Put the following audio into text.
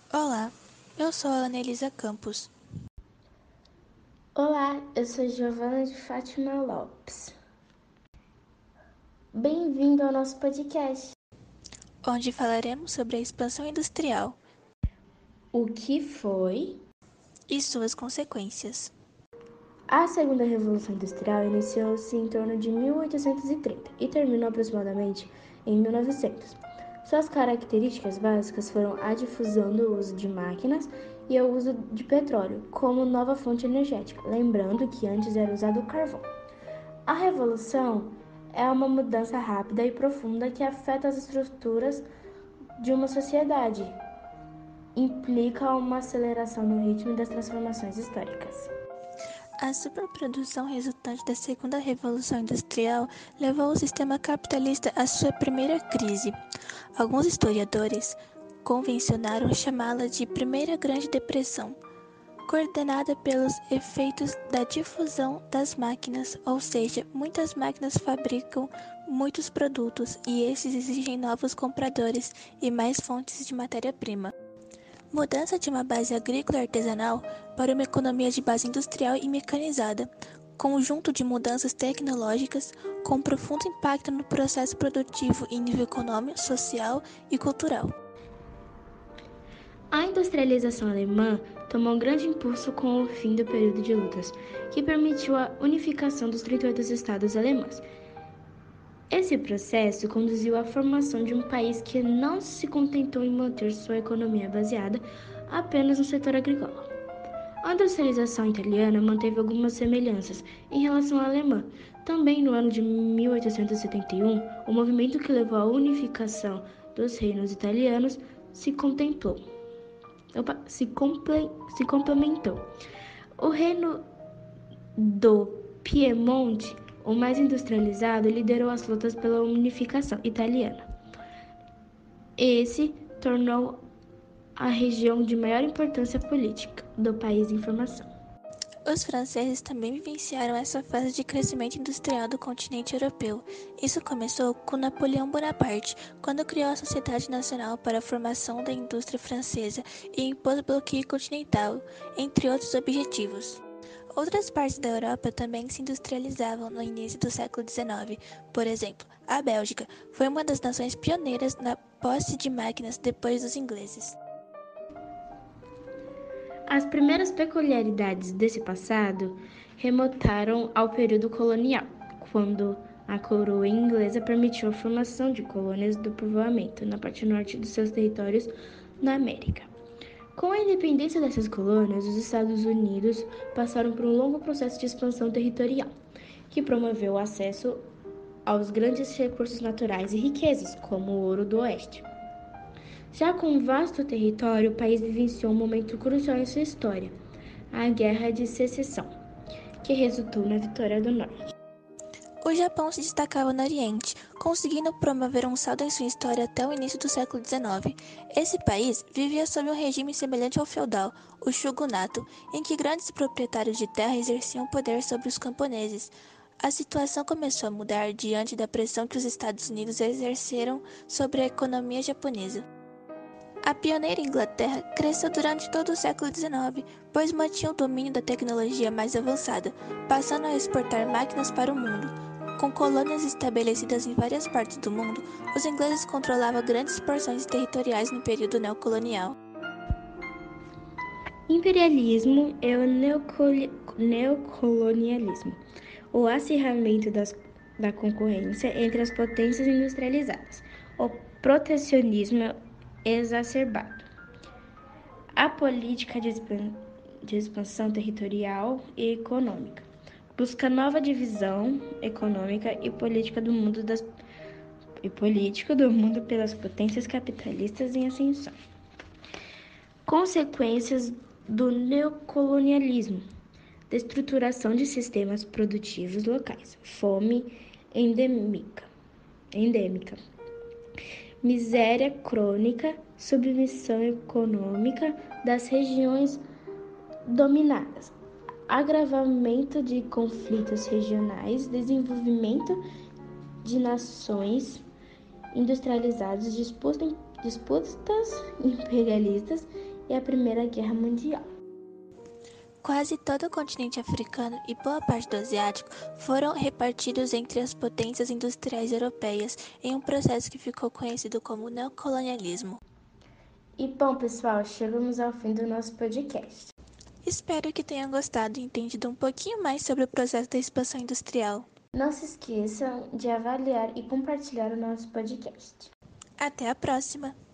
Olá, eu sou a Anelisa Campos, Olá, eu sou Giovana de Fátima Lopes. Bem-vindo ao nosso podcast. onde falaremos sobre a expansão industrial O que foi? e suas consequências. A Segunda Revolução Industrial iniciou-se em torno de 1830 e terminou aproximadamente em 1900. Suas características básicas foram a difusão do uso de máquinas e o uso de petróleo como nova fonte energética, lembrando que antes era usado o carvão. A revolução é uma mudança rápida e profunda que afeta as estruturas de uma sociedade. Implica uma aceleração no ritmo das transformações históricas. A superprodução resultante da Segunda Revolução Industrial levou o sistema capitalista à sua primeira crise. Alguns historiadores convencionaram chamá-la de Primeira Grande Depressão, coordenada pelos efeitos da difusão das máquinas, ou seja, muitas máquinas fabricam muitos produtos e esses exigem novos compradores e mais fontes de matéria-prima. Mudança de uma base agrícola e artesanal para uma economia de base industrial e mecanizada, conjunto de mudanças tecnológicas com profundo impacto no processo produtivo em nível econômico, social e cultural. A industrialização alemã tomou um grande impulso com o fim do período de lutas, que permitiu a unificação dos 38 estados alemães. Esse processo conduziu à formação de um país que não se contentou em manter sua economia baseada apenas no setor agrícola. A industrialização italiana manteve algumas semelhanças em relação à alemã. Também no ano de 1871, o movimento que levou à unificação dos reinos italianos se complementou. O reino do Piemonte, o mais industrializado, liderou as lutas pela unificação italiana. Esse tornou a região de maior importância política do país em formação. Os franceses também vivenciaram essa fase de crescimento industrial do continente europeu. Isso começou com Napoleão Bonaparte, quando criou a Sociedade Nacional para a Formação da Indústria Francesa e impôs o bloqueio continental, entre outros objetivos. Outras partes da Europa também se industrializavam no início do século XIX. Por exemplo, a Bélgica foi uma das nações pioneiras na posse de máquinas depois dos ingleses. As primeiras peculiaridades desse passado remontaram ao período colonial, quando a coroa inglesa permitiu a formação de colônias do povoamento na parte norte dos seus territórios na América. Com a independência dessas colônias, os Estados Unidos passaram por um longo processo de expansão territorial, que promoveu o acesso aos grandes recursos naturais e riquezas, como o ouro do Oeste. Já com um vasto território, o país vivenciou um momento crucial em sua história, a Guerra de Secessão, que resultou na vitória do Norte. O Japão se destacava no Oriente, conseguindo promover um saldo em sua história até o início do século XIX. Esse país vivia sob um regime semelhante ao feudal, o shogunato, em que grandes proprietários de terra exerciam poder sobre os camponeses. A situação começou a mudar diante da pressão que os Estados Unidos exerceram sobre a economia japonesa. A pioneira Inglaterra cresceu durante todo o século XIX, pois mantinha o domínio da tecnologia mais avançada, passando a exportar máquinas para o mundo. Com colônias estabelecidas em várias partes do mundo, os ingleses controlavam grandes porções territoriais no período neocolonial. Imperialismo e o neocolonialismo, o acirramento da concorrência entre as potências industrializadas, o protecionismo exacerbado, a política de expansão territorial e econômica, busca nova divisão econômica e política do mundo pelas potências capitalistas em ascensão. Consequências do neocolonialismo: destruturação de sistemas produtivos locais, fome endêmica, miséria crônica, submissão econômica das regiões dominadas, agravamento de conflitos regionais, desenvolvimento de nações industrializadas, disputas imperialistas e a Primeira Guerra Mundial. Quase todo o continente africano e boa parte do asiático foram repartidos entre as potências industriais europeias em um processo que ficou conhecido como neocolonialismo. E bom, pessoal, chegamos ao fim do nosso podcast. Espero que tenham gostado e entendido um pouquinho mais sobre o processo da expansão industrial. Não se esqueçam de avaliar e compartilhar o nosso podcast. Até a próxima!